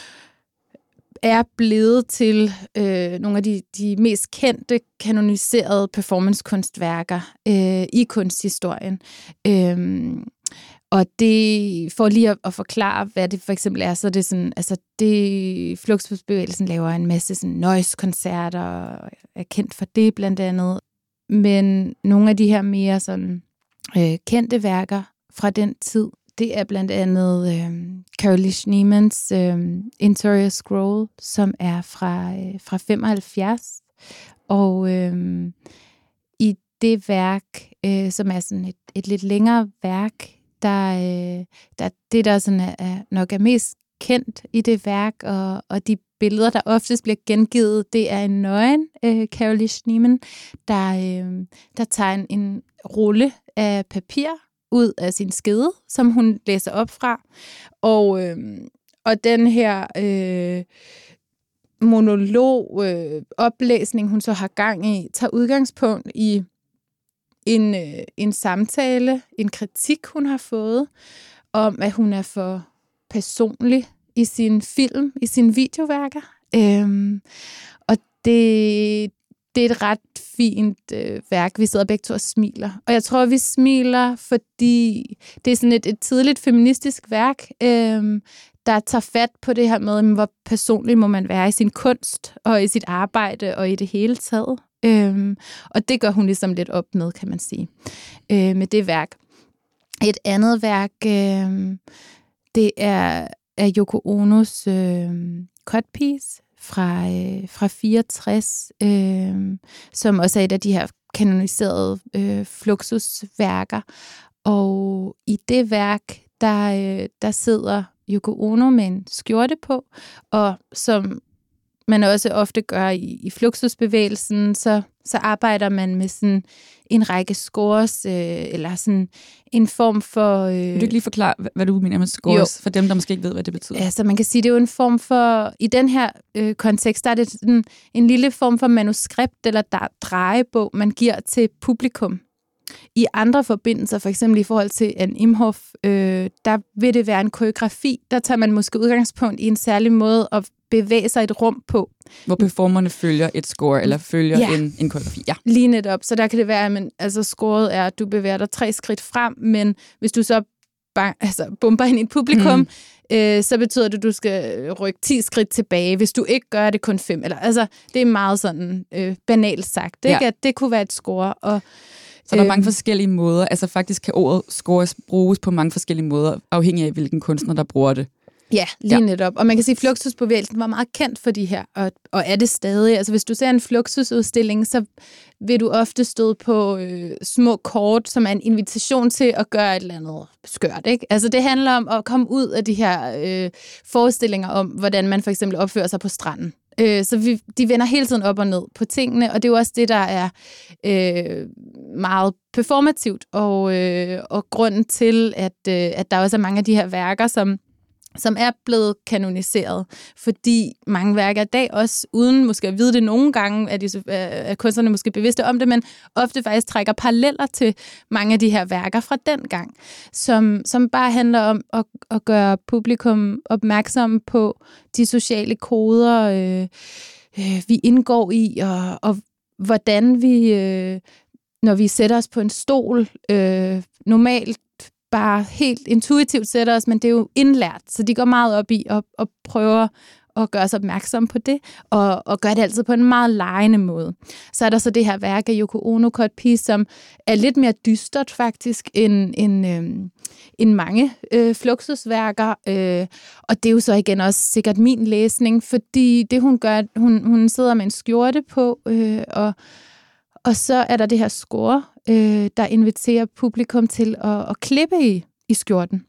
er blevet til øh, nogle af de, de mest kendte, kanoniserede performancekunstværker øh, i kunsthistorien. Øh, Og det, for lige at, at forklare, hvad det for eksempel er, så er det sådan, altså det, Fluxusbevægelsen laver en masse sådan noise-koncerter, og er kendt for det blandt andet. Men nogle af de her mere sådan øh, kendte værker fra den tid, det er blandt andet øh, Carolee Schneemans øh, Interior Scroll, som er fra, øh, fra femoghalvfjerds. Og øh, i det værk, øh, som er sådan et, et lidt længere værk, Der, øh, der, det, der sådan er, er nok er mest kendt i det værk, og, og de billeder, der oftest bliver gengivet, det er en nøgen, øh, Carolee Schneeman, der, øh, der tager en, en rulle af papir ud af sin skede, som hun læser op fra. Og, øh, og den her øh, monolog, øh, oplæsning, hun så har gang i, tager udgangspunkt i En, øh, en samtale, en kritik, hun har fået, om at hun er for personlig i sin film, i sine videoværker. Øhm, og det, det er et ret fint øh, værk. Vi sidder begge to og smiler. Og jeg tror, vi smiler, fordi det er sådan et, et tidligt feministisk værk, øh, der tager fat på det her med, hvor personlig må man være i sin kunst, og i sit arbejde, og i det hele taget. Øhm, og det gør hun ligesom lidt op med, kan man sige, øh, med det værk. Et andet værk, øh, det er, er Yoko Onos øh, Cutpiece fra, øh, fra fireogtres, øh, som også er et af de her kanoniserede øh, Fluxusværker. Og i det værk, der, øh, der sidder Yoko Ono med en skjorte på, og som man også ofte gør i, i Fluxusbevægelsen, så, så arbejder man med sådan en række scores, øh, eller sådan en form for... Øh, Vil du ikke lige forklare, hvad du mener med scores, jo, for dem, der måske ikke ved, hvad det betyder? Altså, man kan sige, det er jo en form for... I den her øh, kontekst, der er det sådan en lille form for manuskript, eller der drejebog, man giver til publikum. I andre forbindelser, for eksempel i forhold til en Imhof, øh, der vil det være en koreografi. Der tager man måske udgangspunkt i en særlig måde at bevæge sig i et rum på. Hvor performerne følger et score, eller følger ja. en, en koreografi. Ja, lige netop. Så der kan det være, at man, altså, scoret er, at du bevæger dig tre skridt frem, men hvis du så bang, altså, bomber ind i et publikum, mm. øh, så betyder det, at du skal rykke ti skridt tilbage. Hvis du ikke gør det, kun fem. Eller, altså, det er meget sådan øh, banalt sagt, ikke? Ja. At det kunne være et score, og så der er mange forskellige måder. Altså faktisk kan ordet scores bruges på mange forskellige måder, afhængig af, hvilken kunstner, der bruger det. Ja, lige ja. netop. Og man kan sige, at Fluxusbevægelsen var meget kendt for de her, og, og er det stadig. Altså hvis du ser en Fluxusudstilling, så vil du ofte støde på øh, små kort, som er en invitation til at gøre et eller andet skørt, ikke? Altså det handler om at komme ud af de her øh, forestillinger om, hvordan man for eksempel opfører sig på stranden. Øh, så vi, de vender hele tiden op og ned på tingene, og det er jo også det, der er øh, meget performativt, og, øh, og grunden til, at, øh, at der også er mange af de her værker, som som er blevet kanoniseret, fordi mange værker i dag også, uden måske at vide det nogle gange, at, de, at kunstnerne måske bevidste om det, men ofte faktisk trækker paralleller til mange af de her værker fra den gang, som, som bare handler om at, at gøre publikum opmærksom på de sociale koder, øh, øh, vi indgår i, og, og hvordan vi, øh, når vi sætter os på en stol, øh, normalt bare helt intuitivt sætter os, men det er jo indlært, så de går meget op i at, at prøve at gøre sig opmærksom på det, og, og gøre det altid på en meget legende måde. Så er der så det her værk af Yoko Ono, Cut Piece, som er lidt mere dystert faktisk, end, end, øh, end mange øh, Fluxusværker, øh, og det er jo så igen også sikkert min læsning, fordi det hun gør, hun, hun sidder med en skjorte på, øh, og Og så er der det her score, øh, der inviterer publikum til at, at klippe i, i skjorten.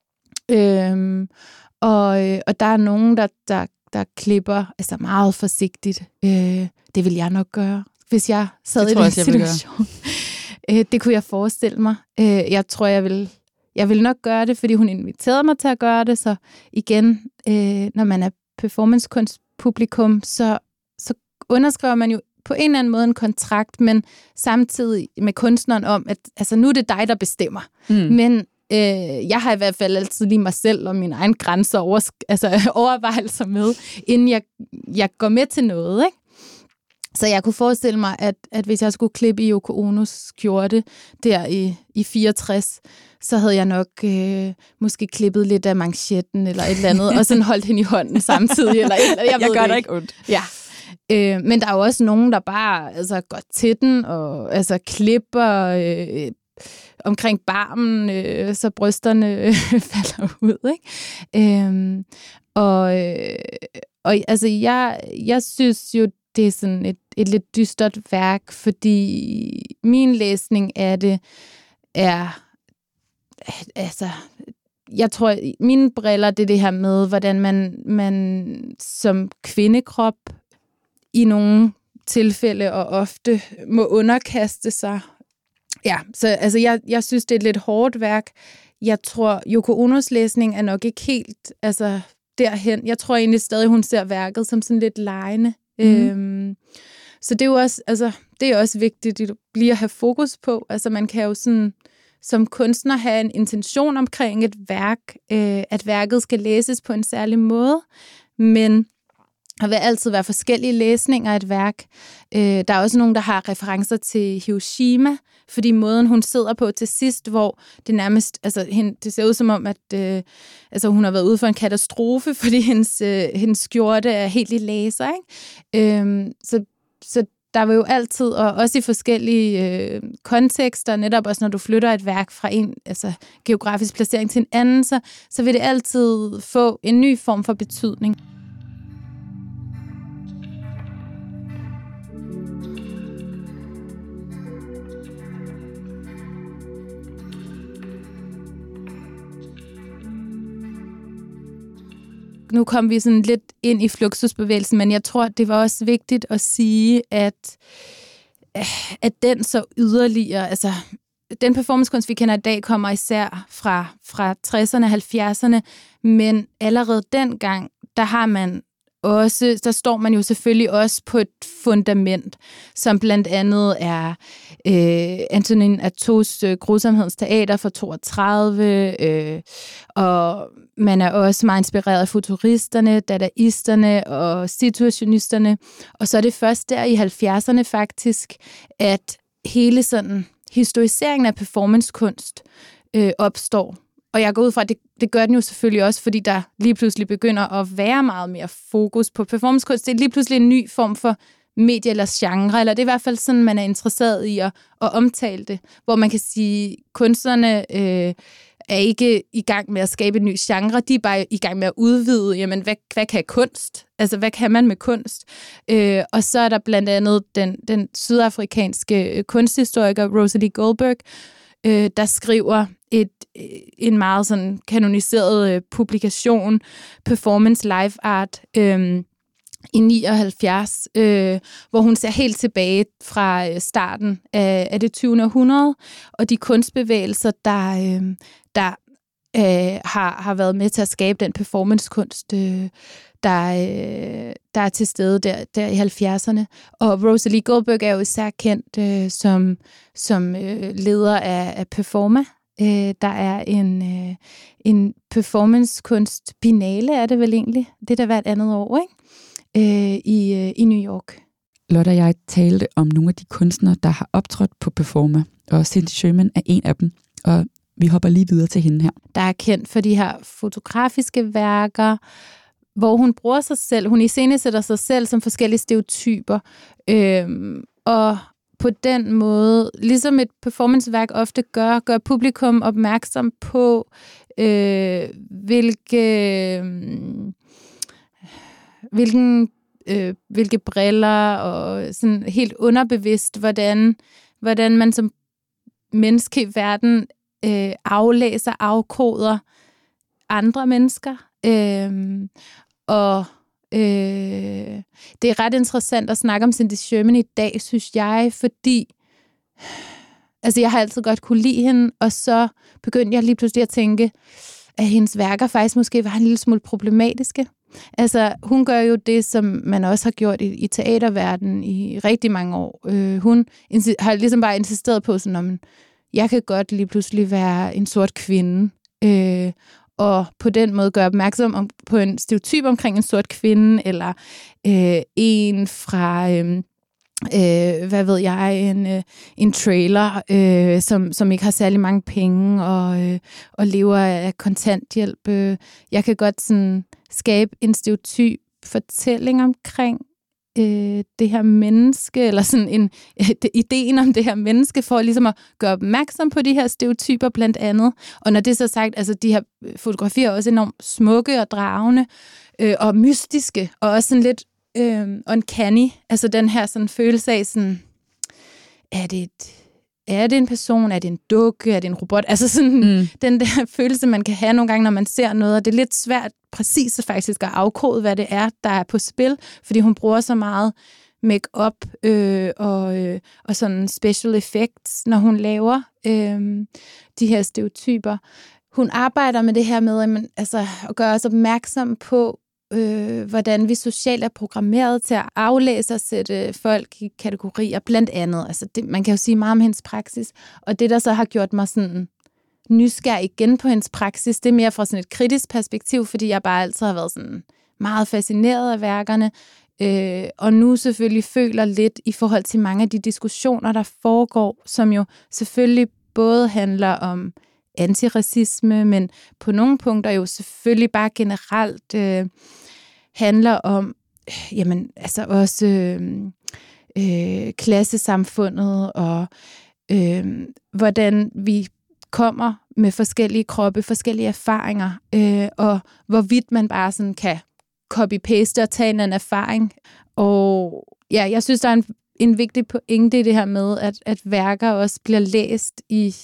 Øhm, og, og der er nogen, der, der, der klipper altså meget forsigtigt. Øh, det vil jeg nok gøre, hvis jeg sad det i den også, situation. øh, det kunne jeg forestille mig. Øh, jeg tror, jeg vil, jeg vil nok gøre det, fordi hun inviterede mig til at gøre det. Så igen, øh, når man er performancekunstpublikum, så, så underskriver man jo på en eller anden måde en kontrakt, men samtidig med kunstneren om, at altså, nu er det dig, der bestemmer. Mm. Men øh, jeg har i hvert fald altid lige mig selv og mine egne grænser over, altså, overvejelser med, inden jeg, jeg går med til noget. Ikke? Så jeg kunne forestille mig, at, at hvis jeg skulle klippe i Yoko Onos skjorte der i, i fireogtres, så havde jeg nok øh, måske klippet lidt af manchetten eller et eller andet, og sådan holdt hende i hånden samtidig. Eller, eller, jeg jeg ved gør det dig ikke ondt. Ja. Øh, men der er jo også nogen, der bare altså, går til den og altså, klipper øh, omkring barmen, øh, så brysterne øh, falder ud. Ikke? Øh, og øh, og altså, jeg, jeg synes jo, det er sådan et, et lidt dystert værk, fordi min læsning af det er, altså, jeg tror, mine briller, det er det her med, hvordan man, man som kvindekrop i nogle tilfælde og ofte må underkaste sig. Ja, så altså, jeg, jeg synes, det er et lidt hårdt værk. Jeg tror, Yoko Onos læsning er nok ikke helt altså, derhen. Jeg tror egentlig stadig, hun ser værket som sådan lidt legende. Mm. Øhm, så det er jo også, altså, det er også vigtigt lige at have fokus på. Altså, man kan jo sådan, som kunstner have en intention omkring et værk, øh, at værket skal læses på en særlig måde, men der vil altid være forskellige læsninger af et værk. Øh, der er også nogen, der har referencer til Hiroshima, fordi måden, hun sidder på til sidst, hvor det nærmest, altså hende, det ser ud som om, at øh, altså, hun har været ude for en katastrofe, fordi hendes, øh, hendes skjorte er helt i laser. Ikke? Øh, så, så der vil jo altid, og også i forskellige øh, kontekster, netop også når du flytter et værk fra en altså, geografisk placering til en anden, så, så vil det altid få en ny form for betydning. Nu kom vi sådan lidt ind i fluxusbevægelsen, men jeg tror, det var også vigtigt at sige, at, at den så yderligere, altså den performancekunst, vi kender i dag, kommer især fra, fra tresserne og halvfjerdserne, men allerede dengang, der har man også, der står man jo selvfølgelig også på et fundament, som blandt andet er øh, Antonin Artaud's øh, Grusomhedens teater fra toogtredive, øh, og man er også meget inspireret af futuristerne, dadaisterne og situationisterne, og så er det først der i halvfjerdserne faktisk, at hele sådan historiseringen af performancekunst øh, opstår. Og jeg går ud fra, at det, det gør den jo selvfølgelig også, fordi der lige pludselig begynder at være meget mere fokus på performancekunst. Det er lige pludselig en ny form for medie eller genre, eller det er i hvert fald sådan, man er interesseret i at, at omtale det, hvor man kan sige, at kunstnerne øh, er ikke i gang med at skabe en ny genre, de er bare i gang med at udvide, jamen, hvad, hvad kan kunst? Altså, hvad kan man med kunst? Øh, og så er der blandt andet den, den sydafrikanske kunsthistoriker Rosalie Goldberg, øh, der skriver et, en meget sådan kanoniseret øh, publikation, Performance Live Art, øh, i nioghalvfjerds, øh, hvor hun ser helt tilbage fra starten af, af det tyvende århundrede, og de kunstbevægelser, der, øh, der øh, har, har været med til at skabe den performancekunst, øh, der, øh, der er til stede der, der i halvfjerdserne. Og Rosalie Goldberg er jo især kendt øh, som, som øh, leder af, af Performa. Øh, der er en, øh, en performancekunst binale, er det vel egentlig? Det er der hvert andet år, ikke? Øh, i, øh, i New York. Lotte og jeg talte om nogle af de kunstnere, der har optrådt på Performa, og Cindy Sherman er en af dem, og vi hopper lige videre til hende her. Der er kendt for de her fotografiske værker, hvor hun bruger sig selv, hun iscenesætter sig selv som forskellige stereotyper, øhm, og på den måde, ligesom et performanceværk ofte gør, gør publikum opmærksom på, øh, hvilke, øh, hvilken, øh, hvilke briller, og sådan helt underbevidst, hvordan, hvordan man som menneske i verden øh, aflæser, afkoder andre mennesker. Øh, og øh, det er ret interessant at snakke om Cindy Sherman i dag, synes jeg, fordi altså, jeg har altid godt kunne lide hende, og så begyndte jeg lige pludselig at tænke, at hendes værker faktisk måske var en lille smule problematiske. Altså, hun gør jo det, som man også har gjort i, i teaterverdenen i rigtig mange år. Øh, hun har ligesom bare insisteret på sådan, at jeg kan godt lige pludselig være en sort kvinde, øh, og på den måde gøre opmærksom om, på en stereotyp omkring en sort kvinde, eller øh, en fra, øh, øh, hvad ved jeg, en, øh, en trailer, øh, som, som ikke har særlig mange penge, og, øh, og lever af kontanthjælp. Øh, jeg kan godt sådan skabe en stereotyp fortælling omkring øh, det her menneske, eller sådan en øh, ideen om det her menneske, for ligesom at gøre opmærksom på de her stereotyper blandt andet. Og når det er så sagt, altså de her fotografier er også enormt smukke og dragende, øh, og mystiske, og også sådan lidt øh, uncanny, altså den her sådan følelse af sådan, er det et Er det en person? Er det en dukke? Er det en robot? Altså sådan mm. den der følelse, man kan have nogle gange, når man ser noget, og det er lidt svært præcis faktisk at afkode, hvad det er, der er på spil, fordi hun bruger så meget make-up øh, og, øh, og sådan special effects, når hun laver øh, de her stereotyper. Hun arbejder med det her med at, man, altså, at gøre os opmærksom på, Øh, hvordan vi socialt er programmeret til at aflæse og sætte folk i kategorier, blandt andet. Altså det, man kan jo sige meget om hendes praksis, og det, der så har gjort mig sådan nysgerrig igen på hendes praksis, det er mere fra sådan et kritisk perspektiv, fordi jeg bare altid har været sådan meget fascineret af værkerne, øh, og nu selvfølgelig føler lidt i forhold til mange af de diskussioner, der foregår, som jo selvfølgelig både handler om antiracisme, men på nogle punkter jo selvfølgelig bare generelt øh, handler om, øh, jamen altså også øh, øh, klassesamfundet, og øh, hvordan vi kommer med forskellige kroppe, forskellige erfaringer, øh, og hvorvidt man bare sådan kan copy-paste og tage en anden erfaring. Og ja, jeg synes, der er en, en vigtig pointe i det her med, at, at værker også bliver læst i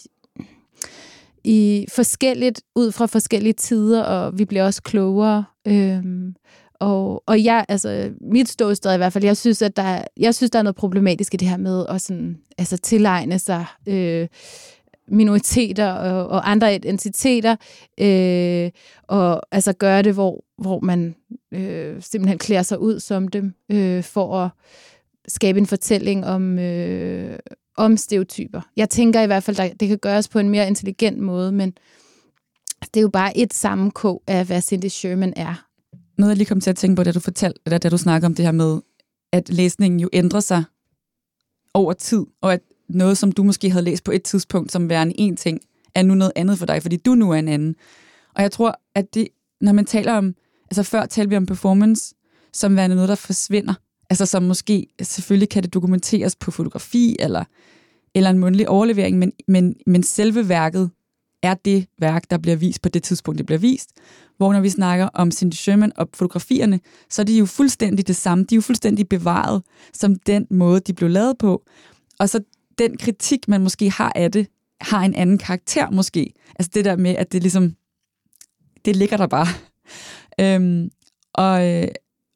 i forskelligt, ud fra forskellige tider, og vi bliver også klogere. Øhm, og, og jeg, altså, mit ståsted i hvert fald, jeg synes, at der, jeg synes, der er noget problematisk i det her med at sådan, altså, tilegne sig øh, minoriteter og, og andre identiteter, øh, og altså gøre det, hvor, hvor man øh, simpelthen klæder sig ud som dem, øh, for at skabe en fortælling om øh, om stereotyper. Jeg tænker i hvert fald, at det kan gøres på en mere intelligent måde, men det er jo bare et sammenkog af, hvad Cindy Sherman er. Noget, jeg lige kom til at tænke på, da du fortalte, eller da du snakkede om det her med, at læsningen jo ændrer sig over tid, og at noget, som du måske havde læst på et tidspunkt, som værende en ting, er nu noget andet for dig, fordi du nu er en anden. Og jeg tror, at det, når man taler om, altså før talte vi om performance, som værende noget, der forsvinder, altså som måske, selvfølgelig kan det dokumenteres på fotografi, eller, eller en mundtlig overlevering, men, men, men selve værket er det værk, der bliver vist på det tidspunkt, det bliver vist. Hvor når vi snakker om Cindy Sherman og fotografierne, så er de jo fuldstændig det samme. De er jo fuldstændig bevaret som den måde, de blev lavet på. Og så den kritik, man måske har af det, har en anden karakter måske. Altså det der med, at det ligesom, det ligger der bare. øhm, og,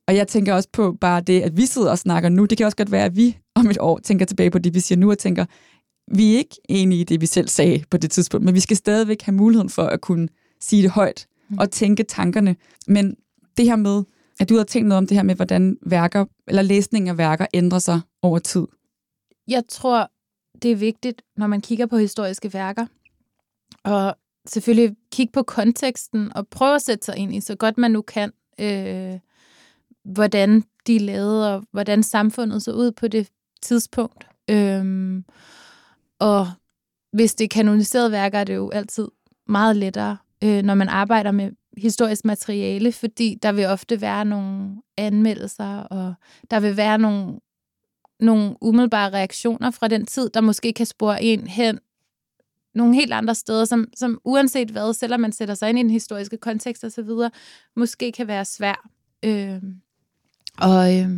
Og jeg tænker også på bare det, at vi sidder og snakker nu. Det kan også godt være, at vi om et år tænker tilbage på det, vi siger nu, og tænker, vi er ikke enige i det, vi selv sagde på det tidspunkt, men vi skal stadigvæk have muligheden for at kunne sige det højt mm. og tænke tankerne. Men det her med, at du har tænkt noget om det her med, hvordan værker, eller læsning af værker ændrer sig over tid. Jeg tror, det er vigtigt, når man kigger på historiske værker, og selvfølgelig kigge på konteksten og prøve at sætte sig ind i, så godt man nu kan, øh, hvordan de lavede, og hvordan samfundet så ud på det tidspunkt. Øhm, og hvis det er kanoniserede værker, er det jo altid meget lettere, øh, når man arbejder med historisk materiale, fordi der vil ofte være nogle anmeldelser, og der vil være nogle, nogle umiddelbare reaktioner fra den tid, der måske kan spore en hen nogle helt andre steder, som, som uanset hvad, selvom man sætter sig ind i den historiske kontekst og så videre, måske kan være svær. Øh, og øh,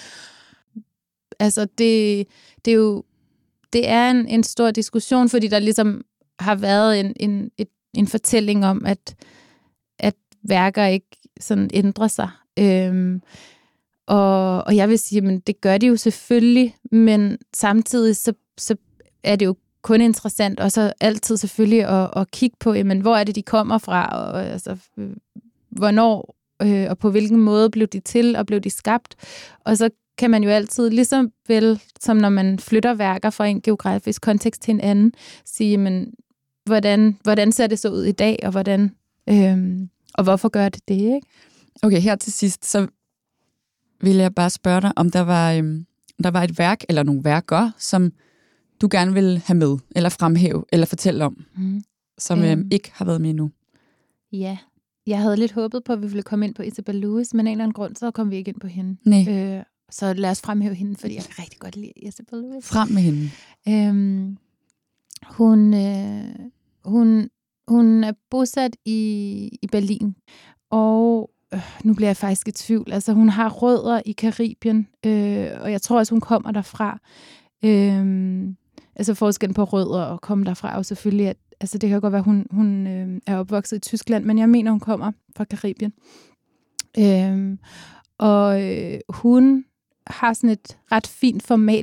altså det, det er jo det er en, en stor diskussion, fordi der ligesom har været en, en, et, en fortælling om, at, at værker ikke sådan ændrer sig. Øh, og, og jeg vil sige, men det gør de jo selvfølgelig, men samtidig så, så er det jo kun interessant, og så altid selvfølgelig at, at kigge på, jamen, hvor er det, de kommer fra, og altså, hvornår øh, og på hvilken måde blev de til, og blev de skabt. Og så kan man jo altid, ligesom vel, som når man flytter værker fra en geografisk kontekst til en anden, sige, men hvordan, hvordan ser det så ud i dag, og hvordan øh, og hvorfor gør det det, ikke? Okay, her til sidst, så vil jeg bare spørge dig, om der var, øh, der var et værk, eller nogle værker, som du gerne vil have med, eller fremhæve, eller fortælle om, mm. som øhm. Øh, ikke har været med endnu. Ja, jeg havde lidt håbet på, at vi ville komme ind på Isabel Lewis, men af en eller anden grund, så kom vi ikke ind på hende. Øh, så lad os fremhæve hende, fordi jeg kan rigtig godt lide Isabel Lewis. Frem med hende. Øhm, hun, øh, hun, hun er bosat i, i Berlin, og øh, nu bliver jeg faktisk i tvivl. Altså, hun har rødder i Karibien, øh, og jeg tror også, hun kommer derfra. Øh, Altså forskellen på rødder og komme derfra er jo selvfølgelig, at altså det kan godt være, at hun, hun øh, er opvokset i Tyskland, men jeg mener, hun kommer fra Karibien. Øh, og øh, hun har sådan et ret fint format,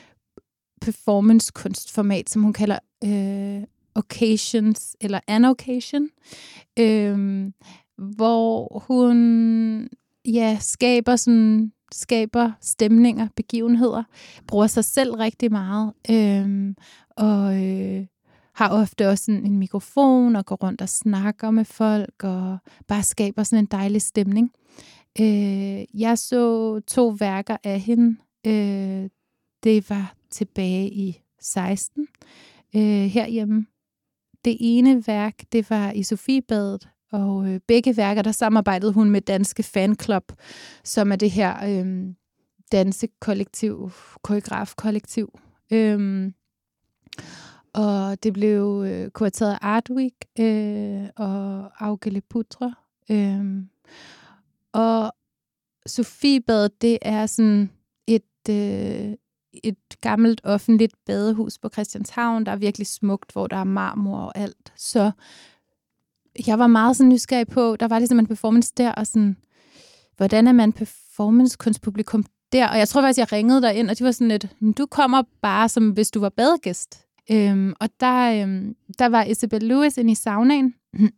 performance-kunstformat, som hun kalder øh, occasions, eller an occasion, øh, hvor hun ja, skaber sådan skaber stemninger, begivenheder, bruger sig selv rigtig meget, øh, og øh, har ofte også en, en mikrofon, og går rundt og snakker med folk, og bare skaber sådan en dejlig stemning. Øh, jeg så to værker af hende. Øh, det var tilbage i seksten øh, herhjemme. Det ene værk, det var i Sofiebadet, og øh, begge værker, der samarbejdede hun med Danske Fanclub, som er det her øh, dansekollektiv, koreografkollektiv. Øh, og det blev øh, kurateret af Artweek øh, og Augele Putre. Øh, og Sofiebadet, det er sådan et, øh, et gammelt offentligt badehus på Christianshavn, der er virkelig smukt, hvor der er marmor og alt. Så jeg var meget sådan nysgerrig på, der var ligesom en performance der, og sådan, hvordan er man performancekunstpublikum der? Og jeg tror faktisk, jeg ringede derind, og de var sådan lidt, du kommer bare som hvis du var badegæst. Øhm, og der, øhm, der var Isabel Lewis inde i saunaen,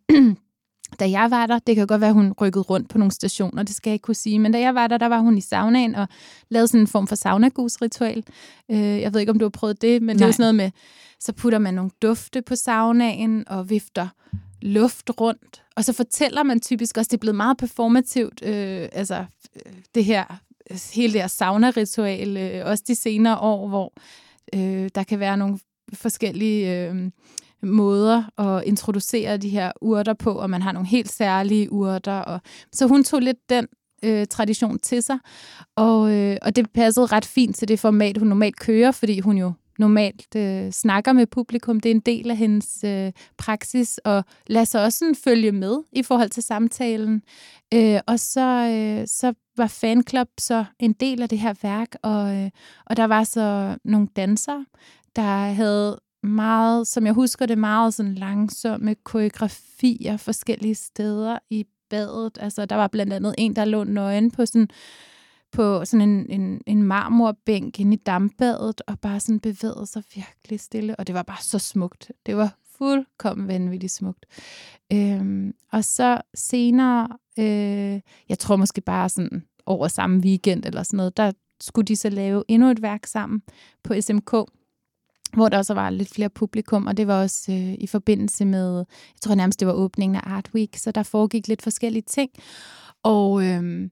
da jeg var der. Det kan godt være, hun rykkede rundt på nogle stationer, det skal jeg ikke kunne sige, men da jeg var der, der var hun i saunaen og lavede sådan en form for saunagus-ritual. Øh, jeg ved ikke, om du har prøvet det, men Nej. Det er jo sådan noget med, så putter man nogle dufte på saunaen og vifter luft rundt, og så fortæller man typisk også, det er blevet meget performativt, øh, altså det her, hele det her sauna-ritual, øh, også de senere år, hvor øh, der kan være nogle forskellige øh, måder at introducere de her urter på, og man har nogle helt særlige urter, og så hun tog lidt den øh, tradition til sig, og, øh, og det passede ret fint til det format, hun normalt kører, fordi hun jo normalt øh, snakker med publikum. Det er en del af hendes øh, praksis, og lader sig også sådan følge med i forhold til samtalen. Øh, og så, øh, så var fanclub så en del af det her værk, og, øh, og der var så nogle dansere, der havde meget, som jeg husker det, meget sådan langsomme koreografier forskellige steder i badet. Altså, der var blandt andet en, der lå nøgen på sådan, på sådan en, en, en marmorbænk inde i dampbadet, og bare sådan bevægede sig virkelig stille. Og det var bare så smukt. Det var fuldkommen vanvittigt smukt. Øhm, og så senere, øh, jeg tror måske bare sådan over samme weekend eller sådan noget, der skulle de så lave endnu et værk sammen på S M K, hvor der også var lidt flere publikum, og det var også øh, i forbindelse med, jeg tror nærmest det var åbningen af Art Week, så der foregik lidt forskellige ting. Og øh,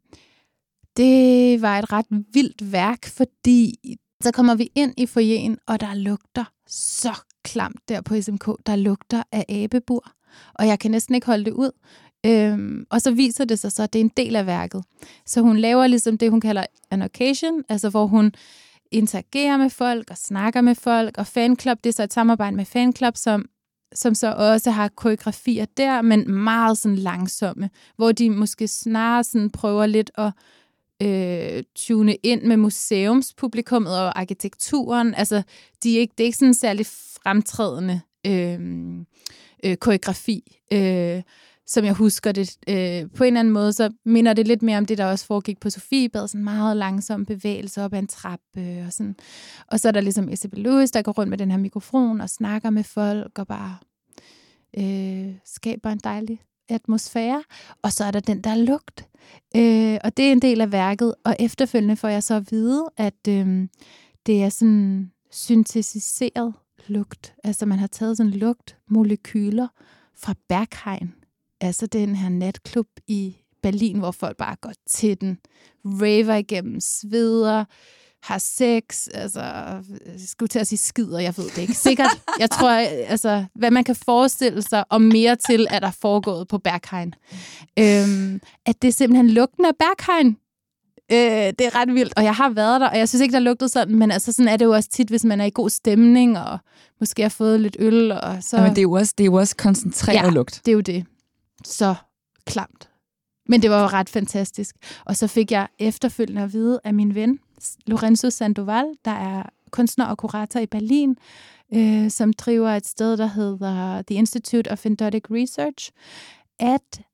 det var et ret vildt værk, fordi så kommer vi ind i foyeren, og der lugter så klamt der på S M K. Der lugter af abebur, og jeg kan næsten ikke holde det ud. Øhm, og så viser det sig så, at det er en del af værket. Så hun laver ligesom det, hun kalder an occasion, altså hvor hun interagerer med folk og snakker med folk, og fanclub, det er så et samarbejde med fanclub, som, som så også har koreografier der, men meget sådan langsomme, hvor de måske snarere sådan prøver lidt at øh, tune ind med museumspublikummet og arkitekturen. Altså, de er ikke, det er ikke sådan særlig fremtrædende øh, øh, koreografi, øh, som jeg husker det. Øh, på en eller anden måde, så minder det lidt mere om det, der også foregik på Sofiebad, sådan meget langsom bevægelse op ad en trappe. Og, sådan. Og så er der ligesom Isabel Lewis, der går rundt med den her mikrofon og snakker med folk og bare øh, skaber en dejlig atmosfære. Og så er der den der lugt. Øh, og det er en del af værket. Og efterfølgende får jeg så at vide, at øh, det er sådan syntetiseret lugt. Altså man har taget sådan lugtmolekyler fra Berghain. Altså den her natklub i Berlin, hvor folk bare går til den, raver igennem, sveder, har sex, altså, jeg skulle til at sige skider, jeg ved det ikke. Sikkert, jeg tror, altså, hvad man kan forestille sig, og mere til, at der er foregået på Berghain. Øhm, at det er simpelthen lugten af Berghain. Øh, det er ret vildt, og jeg har været der, og jeg synes ikke, der lugtede sådan, men altså, sådan er det jo også tit, hvis man er i god stemning, og måske har fået lidt øl, og så... Ja, men det er jo også, det er jo også koncentreret ja, lugt. det er jo det. Så klamt. Men det var jo ret fantastisk. Og så fik jeg efterfølgende at vide af min ven, Lorenzo Sandoval, der er kunstner og kurator i Berlin, øh, som driver et sted, der hedder The Institute of Endodic Research, at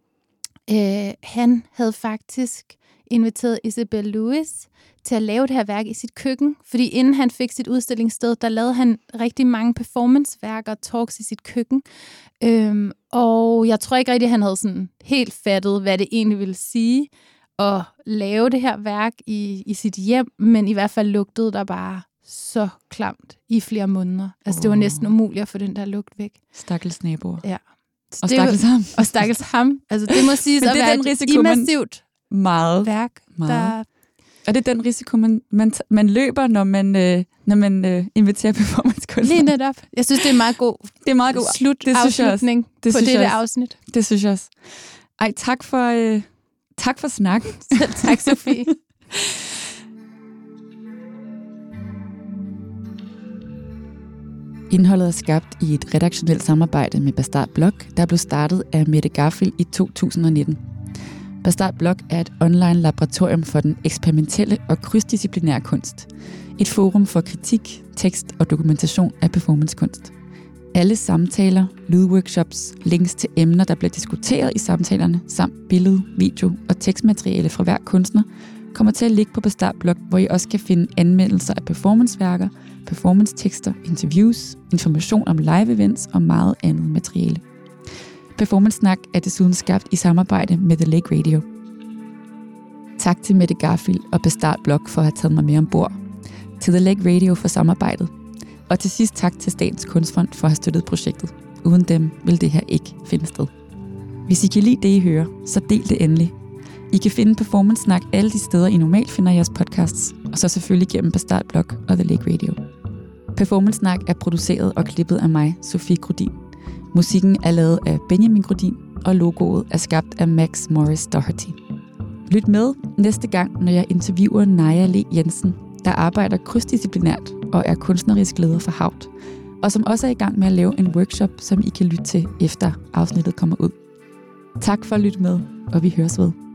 øh, han havde faktisk inviteret Isabel Lewis til at lave det her værk i sit køkken, fordi inden han fik sit udstillingssted, der lavede han rigtig mange performanceværker og talks i sit køkken. Øhm, og jeg tror ikke rigtig, han havde sådan helt fattet, hvad det egentlig ville sige at lave det her værk i, i sit hjem, men i hvert fald lugtede der bare så klamt i flere måneder. Altså oh. Det var næsten umuligt at få den der lugt væk. Stakkels naboer. Ja. Og stakkels ham. Og stakkels ham. Altså det må siges at være et immersivt meget, værk, meget. der... Og det er den risiko, man, man, man løber, når man, øh, når man øh, inviterer performancekunstnere. Lige netop. Jeg synes, det er en meget god, det er meget god slut det afslutning det på dette afsnit. Det synes jeg også. Ej, tak for, øh, tak for snakken. Tak, Sofie. Indholdet er skabt i et redaktionelt samarbejde med Bastard Blog, der blev startet af Mette Garfield i to tusind og nitten. Bastard Blog er et online laboratorium for den eksperimentelle og krydsdisciplinære kunst. Et forum for kritik, tekst og dokumentation af performancekunst. Alle samtaler, lydworkshops, links til emner, der bliver diskuteret i samtalerne, samt billede, video og tekstmateriale fra hver kunstner, kommer til at ligge på Bastard Blog, hvor I også kan finde anmeldelser af performanceværker, performancetekster, interviews, information om live events og meget andet materiale. Performance Snak er desuden skabt i samarbejde med The Lake Radio. Tak til Mette Garfield og Bastard Blog for at have taget mig med ombord. Til The Lake Radio for samarbejdet. Og til sidst tak til Statens Kunstfond for at have støttet projektet. Uden dem vil det her ikke finde sted. Hvis I kan lide det, I hører, så del det endelig. I kan finde Performance Snak alle de steder, I normalt finder jeres podcasts, og så selvfølgelig gennem Bastard Blog og The Lake Radio. Performance Snak er produceret og klippet af mig, Sofie Grodin. Musikken er lavet af Benjamin Grodin, og logoet er skabt af Max Morris Doherty. Lyt med næste gang, når jeg interviewer Naja Le Jensen, der arbejder krydsdisciplinært og er kunstnerisk leder for Haut, og som også er i gang med at lave en workshop, som I kan lytte til efter afsnittet kommer ud. Tak for at lytte med, og vi høres ved.